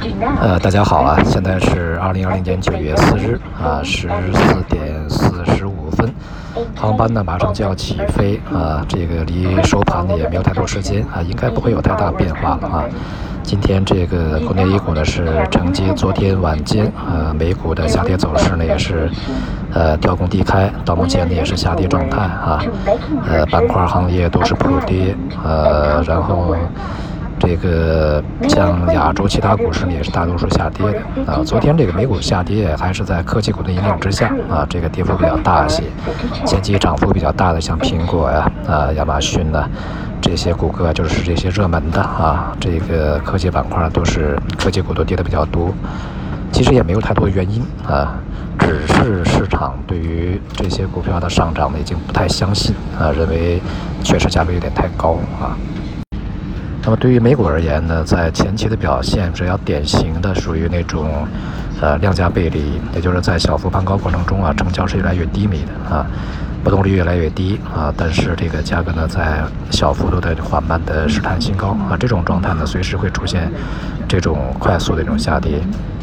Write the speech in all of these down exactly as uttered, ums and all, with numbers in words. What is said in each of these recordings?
呃，大家好啊！现在是二零二零年九月四日啊，十四点四十五分，航班呢马上就要起飞啊，这个离收盘呢也没有太多时间啊，应该不会有太大变化了啊。今天这个国内 A 股呢是承接昨天晚间呃美股的下跌走势呢也是呃调空低开，到目前呢也是下跌状态啊，呃板块行业都是普跌，呃然后。这个像亚洲其他股市呢也是大多数下跌的啊。昨天这个美股下跌还是在科技股的引领之下啊，这个跌幅比较大一些。前期涨幅比较大的像苹果呀、啊亚马逊呢，这些股个就是这些热门的啊，这个科技板块都是科技股都跌得比较多。其实也没有太多的原因啊，只是市场对于这些股票的上涨呢已经不太相信啊，认为确实价格有点太高啊。那么对于美股而言呢，在前期的表现是比较典型的，属于那种呃量价背离，也就是在小幅攀高过程中啊，成交是越来越低迷的啊，波动率越来越低啊，但是这个价格呢在小幅度的缓慢的试探新高啊，这种状态呢随时会出现这种快速的一种下跌。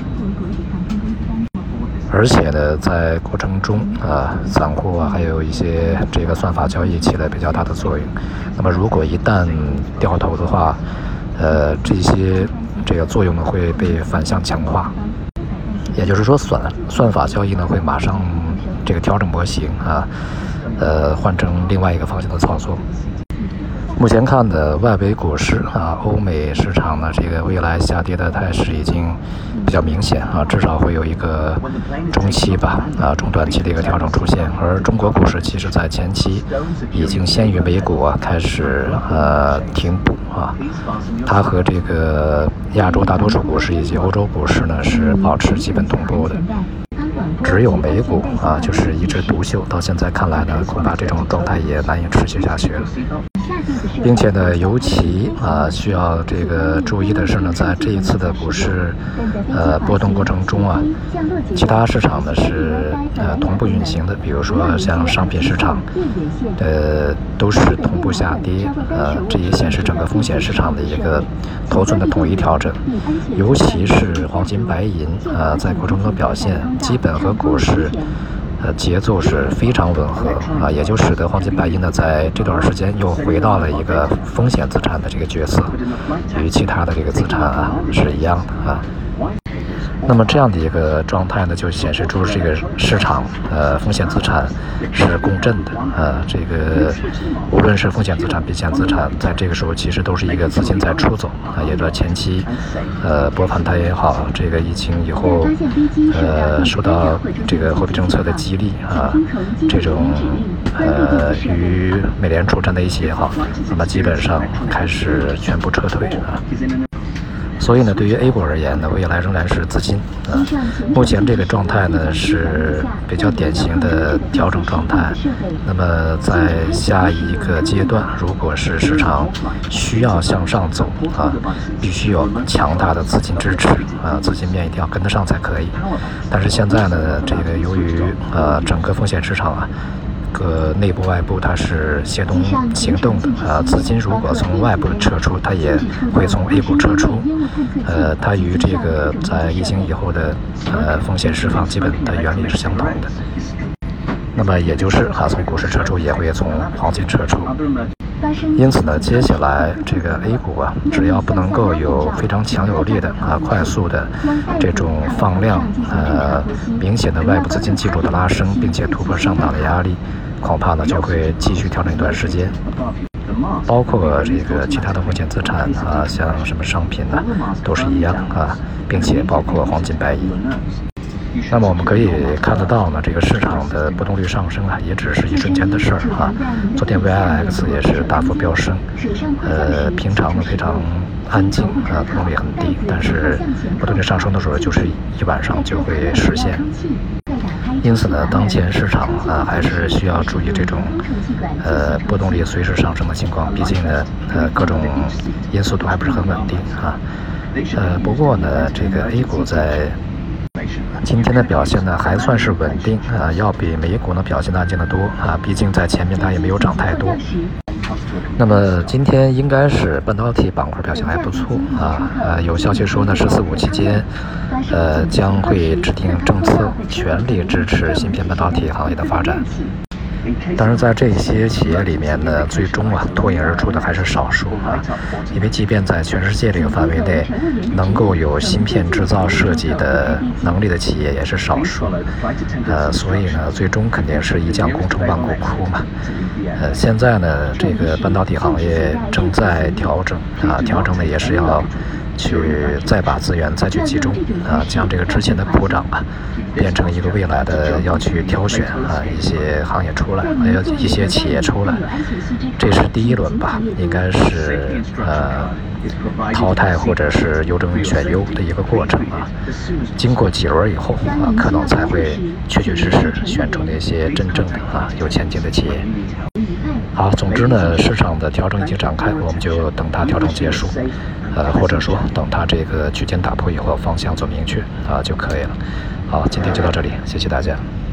而且呢，在过程中啊，散户啊，还有一些这个算法交易起了比较大的作用。那么，如果一旦掉头的话，呃，这些这个作用呢会被反向强化。也就是说算，算法交易呢会马上这个调整模型啊，呃，换成另外一个方向的操作。目前看的外围股市啊，欧美市场呢，这个未来下跌的态势已经比较明显啊，至少会有一个中期吧啊，中短期的一个调整出现。而中国股市其实在前期已经先于美股啊开始呃停步啊，它和这个亚洲大多数股市以及欧洲股市呢是保持基本同步的。只有美股啊，就是一枝独秀，到现在看来呢，恐怕这种状态也难以持续下去了。并且呢，尤其啊需要这个注意的是呢，在这一次的股市呃波动过程中啊，其他市场呢是呃同步运行的，比如说像商品市场，呃都是同步下跌，呃这也显示整个风险市场的一个头寸的统一调整，尤其是黄金、白银啊在过程中的表现，基本和股市。呃，节奏是非常吻合啊，也就使得黄金白银呢，在这段时间又回到了一个风险资产的这个角色，与其他的这个资产啊是一样的啊。那么这样的一个状态呢，就显示出这个市场呃风险资产是共振的啊，这个无论是风险资产、避险资产，在这个时候其实都是一个资金在出走啊，也在前期呃波反弹也好，这个疫情以后呃受到这个货币政策的激励啊，这种呃与美联储站在一起也好，那么基本上开始全部撤退啊。所以呢，对于 A 股而言呢，未来仍然是资金啊。目前这个状态呢是比较典型的调整状态。那么在下一个阶段，如果是市场需要向上走啊，必须有强大的资金支持啊，资金面一定要跟得上才可以。但是现在呢，这个由于呃整个风险市场啊。个内部外部它是协同行动的啊，资金如果从外部撤出，它也会从 A 股撤出，呃，它与这个在疫情以后的呃风险释放基本的原理是相同的。那么也就是啊，从股市撤出也会从黄金撤出。因此呢，接下来这个 A 股啊，只要不能够有非常强有力的啊、快速的这种放量，呃，明显的外部资金记录的拉升，并且突破上档的压力，恐怕呢就会继续调整一段时间。包括这个其他的风险资产啊，像什么商品呢、啊，都是一样啊，并且包括黄金、白银。那么我们可以看得到呢，这个市场的波动率上升啊，也只是一瞬间的事儿啊。昨天 V I X 也是大幅飙升，呃，平常呢非常安静啊，波动率很低，但是波动率上升的时候，就是一晚上就会实现。因此呢，当前市场啊还是需要注意这种呃波动率随时上升的情况，毕竟呢，呃各种因素都还不是很稳定啊。呃，不过呢，这个 A 股在今天的表现呢还算是稳定啊，要比美股呢表现的安静的多啊，毕竟在前面它也没有涨太多。 那么今天应该是半导体板块表现还不错啊，呃，有消息说呢，十四五期间，呃，将会制定政策，全力支持芯片半导体行业的发展。当然，在这些企业里面呢，最终啊脱颖而出的还是少数啊，因为即便在全世界这个范围内，能够有芯片制造设计的能力的企业也是少数，呃，所以呢，最终肯定是一将功成万骨枯嘛。呃，现在呢，这个半导体行业正在调整啊，调整呢也是要去再把资源再去集中啊，将这个之前的普涨啊，变成一个未来的要去挑选啊一些行业出来，还有一些企业出来，这是第一轮吧，应该是呃淘汰或者是优征选优的一个过程啊。经过几轮以后啊，可能才会确确实实选出那些真正的啊有前景的企业。好，总之呢，市场的调整已经展开，我们就等它调整结束，呃，或者说等它这个区间打破以后，方向做明确啊就可以了。好，今天就到这里，谢谢大家。